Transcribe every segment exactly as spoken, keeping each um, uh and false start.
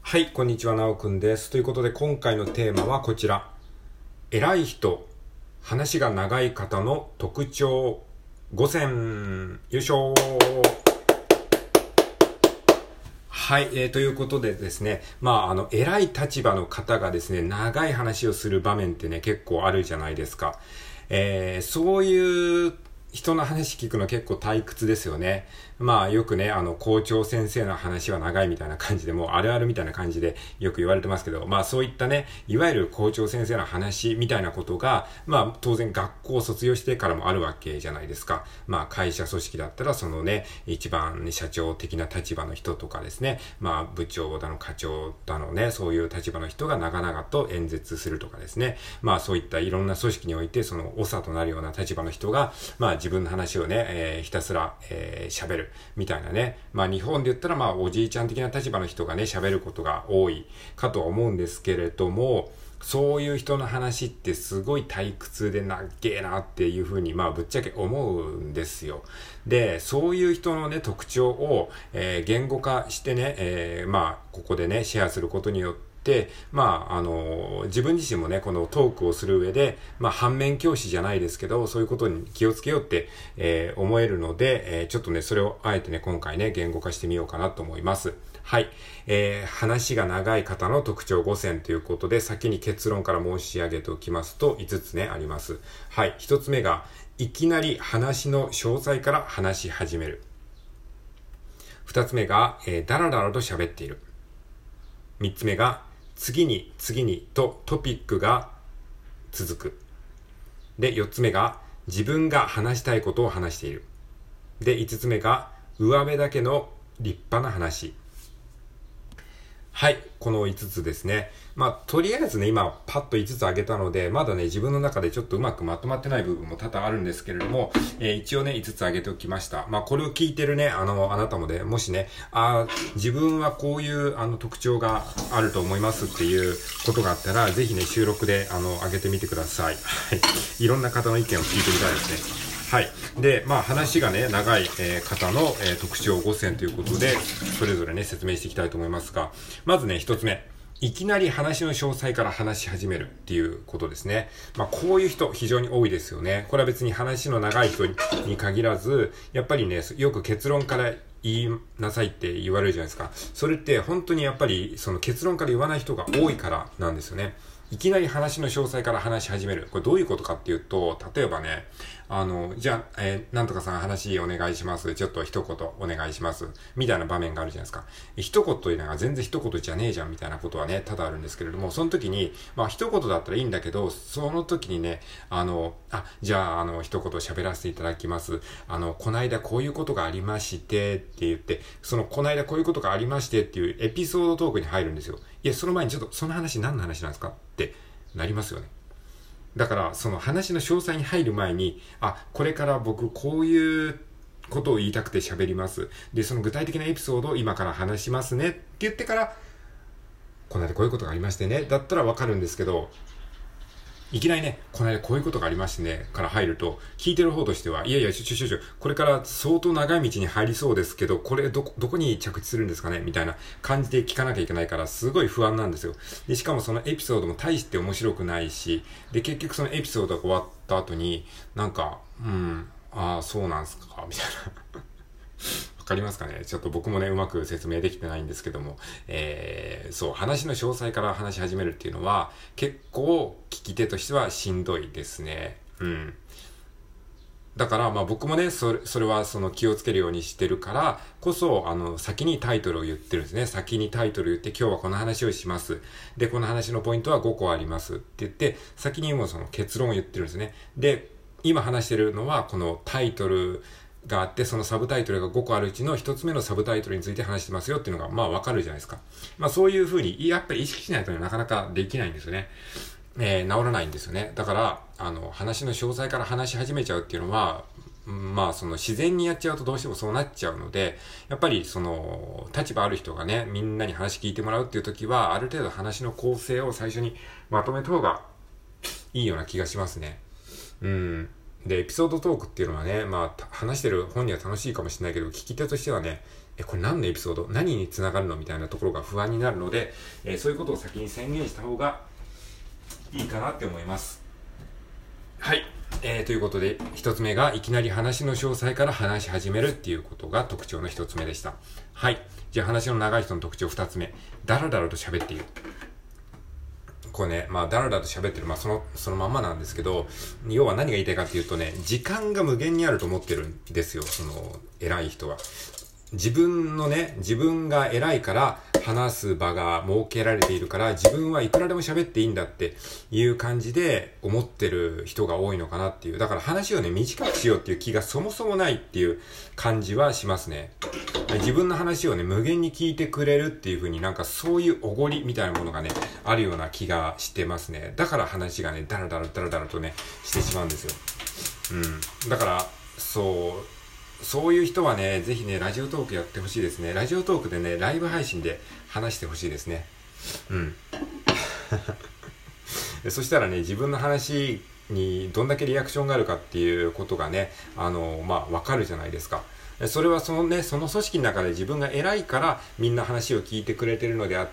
はい、こんにちは、なおくんです。ということで、今回のテーマはこちら。偉い人、話が長い方の特徴ごせん。よいしょー。はい、えー、ということでですね、まあ、あの、偉い立場の方がですね、長い話をする場面ってね、結構あるじゃないですか。えー、そういう人の話聞くの結構退屈ですよね。まあよくね、あの校長先生の話は長いみたいな感じで、もうあるあるみたいな感じでよく言われてますけど、まあそういったね、いわゆる校長先生の話みたいなことが、まあ当然学校を卒業してからもあるわけじゃないですか。まあ会社組織だったらそのね、一番、ね、社長的な立場の人とかですね、まあ部長だの課長だのね、そういう立場の人が長々と演説するとかですね、まあそういったいろんな組織においてその長となるような立場の人が、まあ自分の話をね、えー、ひたすら、えー、喋るみたいなね。まあ日本で言ったらまあおじいちゃん的な立場の人がね、喋ることが多いかとは思うんですけれども、そういう人の話ってすごい退屈でなっけえなっていうふうに、まあぶっちゃけ思うんですよ。で、そういう人のね、特徴を、えー、言語化してね、えー、まあここでね、シェアすることによってで、まあ、あの、自分自身もね、このトークをする上で、まあ、反面教師じゃないですけど、そういうことに気をつけようって、えー、思えるので、えー、ちょっとね、それをあえてね、今回ね、言語化してみようかなと思います。はい。えー、話が長い方の特徴ごせんということで、先に結論から申し上げておきますと、いつつね、あります。はい。ひとつめが、いきなり話の詳細から話し始める。ふたつめが、えー、だらだらと喋っている。みっつめが、次に次にとトピックが続く。で、よっつめが自分が話したいことを話している。で、いつつめが上辺だけの立派な話。はい、このいつつですね。まあ、とりあえずね、今、パッといつつ挙げたので、まだね、自分の中でちょっとうまくまとまってない部分も多々あるんですけれども、えー、一応ね、いつつ挙げておきました。まあ、これを聞いてるね、あの、あなたもね、もしね、あ自分はこういう、あの、特徴があると思いますっていうことがあったら、ぜひね、収録で、あの、挙げてみてください。はい。いろんな方の意見を聞いてみたいですね。はい。で、まあ話がね、長い、えー、方の、えー、特徴ごせんということで、それぞれね、説明していきたいと思いますが、まずね、一つ目。いきなり話の詳細から話し始めるっていうことですね。まあこういう人非常に多いですよね。これは別に話の長い人に限らず、やっぱりね、よく結論から言いなさいって言われるじゃないですか。それって本当にやっぱりその結論から言わない人が多いからなんですよね。いきなり話の詳細から話し始める。これどういうことかっていうと、例えばね、あの、じゃあ、えー、なんとかさん話お願いします。ちょっと一言お願いします。みたいな場面があるじゃないですか。一言というのが全然一言じゃねえじゃんみたいなことはね、多々あるんですけれども、その時に、まあ一言だったらいいんだけど、その時にね、あの、あ、じゃあ、あの、一言喋らせていただきます。あの、こないだこういうことがありまして、って言って、その、こないだこういうことがありましてっていうエピソードトークに入るんですよ。いや、その前にちょっと、その話何の話なんですかってなりますよね。だからその話の詳細に入る前に、あ、これから僕こういうことを言いたくて喋ります。で、その具体的なエピソードを今から話しますねって言ってから、この間こういうことがありましてね、だったらわかるんですけど、いきなりね、この間こういうことがありましてね、から入ると、聞いてる方としては、いやいや、ちょちょちょちょ、これから相当長い道に入りそうですけど、これどこ、どこに着地するんですかねみたいな感じで聞かなきゃいけないから、すごい不安なんですよ。で、しかもそのエピソードも大して面白くないし、で、結局そのエピソードが終わった後に、なんか、うん、ああ、そうなんすか、みたいな。わかりますかね。ちょっと僕もね、うまく説明できてないんですけども、えー、そう、話の詳細から話し始めるっていうのは、結構聞き手としてはしんどいですね。うん。だから、まあ僕もね、それ、それはその気をつけるようにしてるからこそ、あの、先にタイトルを言ってるんですね。先にタイトルを言って、今日はこの話をします。で、この話のポイントはごこありますって言って、先にもうその結論を言ってるんですね。で、今話してるのは、このタイトル、があって、そのサブタイトルがごこあるうちのひとつめのサブタイトルについて話してますよっていうのが、まあわかるじゃないですか。まあそういう風に、やっぱり意識しないとなかなかできないんですよね。えー、治らないんですよね。だから、あの、話の詳細から話し始めちゃうっていうのは、まあその自然にやっちゃうとどうしてもそうなっちゃうので、やっぱりその立場ある人がね、みんなに話聞いてもらうっていう時は、ある程度話の構成を最初にまとめた方がいいような気がしますね。うん。 で、エピソードトークっていうのはね、まあ、話してる本には楽しいかもしれないけど、聞き手としてはね、え、これ何のエピソード？何に繋がるの？みたいなところが不安になるので、えー、そういうことを先に宣言した方がいいかなって思います。はい。えー、ということで、一つ目が、いきなり話の詳細から話し始めるっていうことが特徴の一つ目でした。はい。じゃあ話の長い人の特徴二つ目。だらだらと喋っている。これね、まあ、だらだらと喋ってる、まあ、その、そのまんまなんですけど、要は何が言いたいかっていうとね、時間が無限にあると思ってるんですよ、その、偉い人は。自分のね、自分が偉いから話す場が設けられているから自分はいくらでも喋っていいんだっていう感じで思ってる人が多いのかなっていう。だから話をね、短くしようっていう気がそもそもないっていう感じはしますね。自分の話をね、無限に聞いてくれるっていう風になんかそういうおごりみたいなものがね、あるような気がしてますね。だから話がね、ダラダラダラダラとね、してしまうんですよ。うん。だから、そう、そういう人はね、ぜひね、ラジオトークやってほしいですね。ラジオトークでね、ライブ配信で話してほしいですね。うん。そしたらね、自分の話にどんだけリアクションがあるかっていうことがね、あの、まあ、わかるじゃないですか。それはそのね、その組織の中で自分が偉いからみんな話を聞いてくれてるのであって、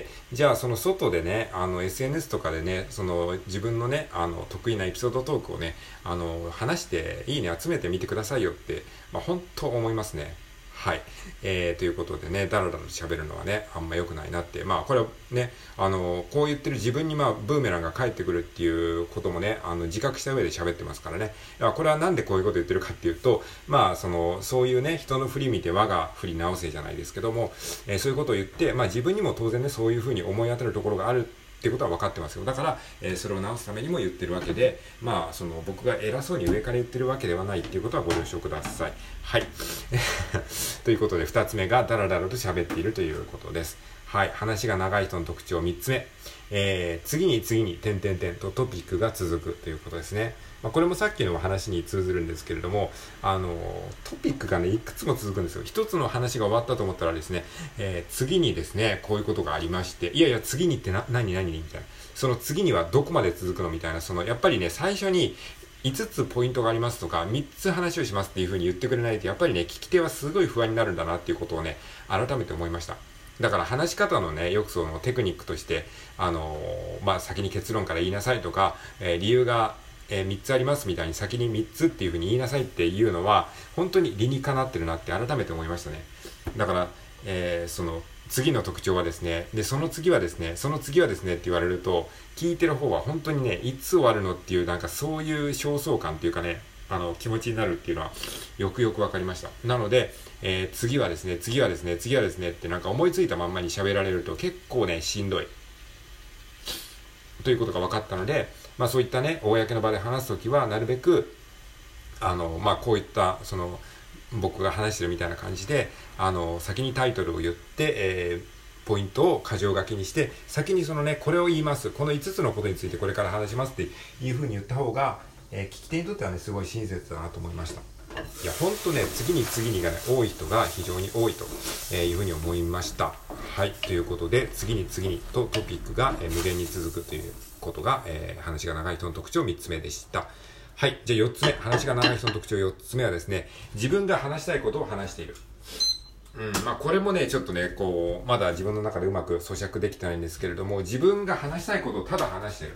じゃあその外でね、あの エスエヌエス とかでね、その自分のね、あの得意なエピソードトークをね、あの話していいね集めてみてくださいよって、まあ本当思いますね。はい。えー、ということでね、だらだらと喋るのはね、あんま良くないなって。まあ、これはね、あの、こう言ってる自分にまあ、ブーメランが返ってくるっていうこともね、あの、自覚した上で喋ってますからね。これはなんでこういうこと言ってるかっていうと、まあ、その、そういうね、人の振り見て我が振り直せじゃないですけども、えー、そういうことを言って、まあ、自分にも当然ね、そういうふうに思い当たるところがあるっていうことは分かってますよ。だから、えー、それを直すためにも言ってるわけで、まあ、その、僕が偉そうに上から言ってるわけではないっていうことはご了承ください。はい。ということで、二つ目がダラダラと喋っているということです。はい。話が長い人の特徴三つ目。えー、次に次に、点々点とトピックが続くということですね。まあ、これもさっきの話に通ずるんですけれども、あの、トピックがね、いくつも続くんですよ。一つの話が終わったと思ったらですね、えー、次にですね、こういうことがありまして、いやいや、次にってな、何何みたいな。その次にはどこまで続くのみたいな、その、やっぱりね、最初に、いつつポイントがありますとか、みっつ話をしますっていう風に言ってくれないと、やっぱりね、聞き手はすごい不安になるんだなっていうことをね、改めて思いました。だから話し方のね、よくそのテクニックとして、あのー、まあ、先に結論から言いなさいとか、えー、理由が、えー、みっつありますみたいに先にみっつっていう風に言いなさいっていうのは、本当に理にかなってるなって改めて思いましたね。だから、えー、その、次の特徴はですね、で、その次はですね、その次はですねって言われると、聞いてる方は本当にね、いつ終わるのっていう、なんかそういう焦燥感っていうかね、あの、気持ちになるっていうのは、よくよくわかりました。なので、えー、次はですね、次はですね、次はですねってなんか思いついたまんまに喋られると結構ね、しんどい。ということが分かったので、まあそういったね、公の場で話すときは、なるべく、あの、まあこういった、その、僕が話してるみたいな感じで、あの、先にタイトルを言って、えー、ポイントを箇条書きにして、先にそのね、これを言います。このいつつのことについてこれから話しますっていう風に言った方が、えー、聞き手にとってはね、すごい親切だなと思いました。いや、ほんとね、次に次にがね、多い人が非常に多いという風に思いました。はい。ということで、次に次にとトピックが、えー、無限に続くということが、えー、話が長い人の特徴みっつめでした。はい。じゃあよっつめ。話が長い人の特徴よっつめはですね、自分が話したいことを話している。うん。まあこれもね、ちょっとね、こう、まだ自分の中でうまく咀嚼できてないんですけれども、自分が話したいことをただ話している。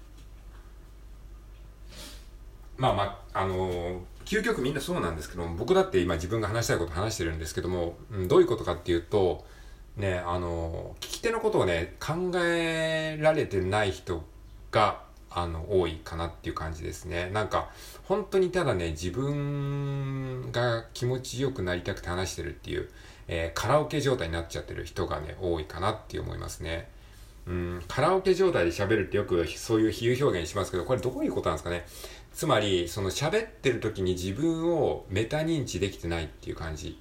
まあまあ、あのー、究極みんなそうなんですけども、僕だって今自分が話したいことを話してるんですけども、うん、どういうことかっていうと、ね、あのー、聞き手のことをね、考えられてない人が、あの、多いかなっていう感じですね。なんか、本当にただね、自分が気持ちよくなりたくて話してるっていう、えー、カラオケ状態になっちゃってる人がね、多いかなって思いますね。うん、カラオケ状態で喋るってよくそういう比喩表現しますけど、これどういうことなんですかね。つまり、その喋ってる時に自分をメタ認知できてないっていう感じ。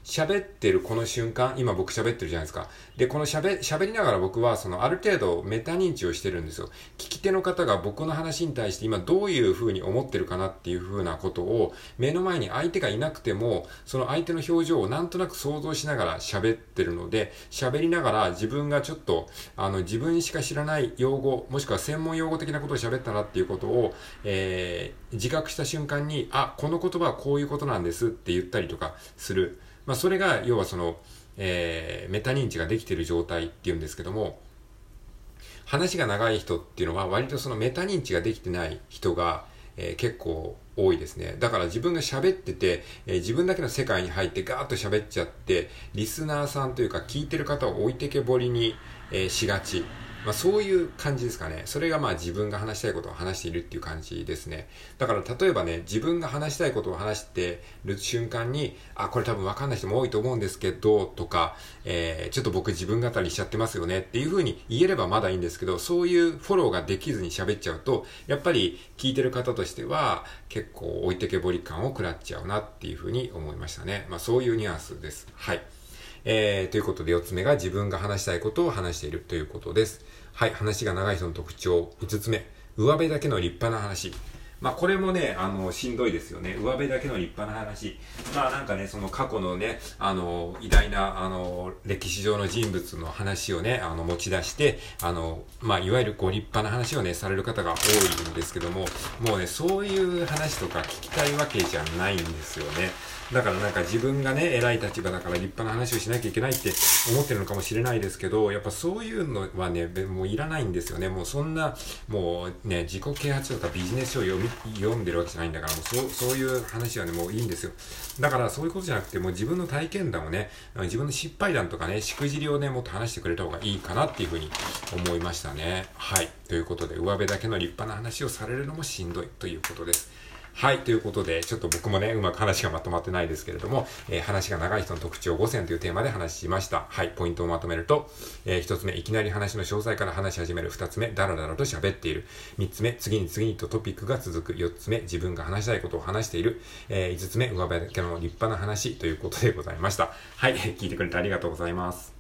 喋ってるこの瞬間、今僕喋ってるじゃないですか。で、この喋、喋りながら僕はそのある程度メタ認知をしてるんですよ。聞き手の方が僕の話に対して今どういう風に思ってるかなっていう風なことを目の前に相手がいなくても、その相手の表情をなんとなく想像しながら喋ってるので、喋りながら自分がちょっと、あの自分しか知らない用語、もしくは専門用語的なことを喋ったなっていうことを、えー、自覚した瞬間に、あ、この言葉はこういうことなんですって言ったりとかする。まあ、それが要はその、えー、メタ認知ができている状態っていうんですけども、話が長い人っていうのは割とそのメタ認知ができてない人が、えー、結構多いですね。だから自分が喋ってて、えー、自分だけの世界に入ってガーッと喋っちゃって、リスナーさんというか聞いてる方を置いてけぼりに、えー、しがち。まあそういう感じですかね。それがまあ自分が話したいことを話しているっていう感じですね。だから例えばね、自分が話したいことを話してる瞬間に、あ、これ多分わかんない人も多いと思うんですけど、とか、えー、ちょっと僕自分語りしちゃってますよねっていう風に言えればまだいいんですけど、そういうフォローができずに喋っちゃうと、やっぱり聞いてる方としては結構置いてけぼり感を食らっちゃうなっていう風に思いましたね。まあそういうニュアンスです。はい。えー、ということでよっつめが自分が話したいことを話しているということです。はい、話が長い人の特徴。いつつめ、上辺だけの立派な話。まあこれもね、あの、しんどいですよね。上辺だけの立派な話。まあなんかね、その過去のね、あの、偉大な、あの、歴史上の人物の話をね、あの、持ち出して、あの、まあいわゆるこう立派な話をね、される方が多いんですけども、もうね、そういう話とか聞きたいわけじゃないんですよね。だからなんか自分がね、偉い立場だから立派な話をしなきゃいけないって思ってるのかもしれないですけど、やっぱそういうのはね、もういらないんですよね。もうそんな、もうね、自己啓発書とかビジネス書を読み、読んでるわけじゃないんだから、もうそう、そういう話はね、もういいんですよ。だからそういうことじゃなくて、もう自分の体験談をね、自分の失敗談とかね、しくじりをね、もっと話してくれた方がいいかなっていうふうに思いましたね。はい。ということで、上辺だけの立派な話をされるのもしんどいということです。はい。ということで、ちょっと僕もね、うまく話がまとまってないですけれども、えー、話が長い人の特徴ごせんというテーマで話しました。はい。ポイントをまとめると、えー、ひとつめ、いきなり話の詳細から話し始める。ふたつめ、だらだらと喋っている。みっつめ、次に次にとトピックが続く。よっつめ、自分が話したいことを話している。えー、いつつめ、上辺だけの立派な話ということでございました。はい。聞いてくれてありがとうございます。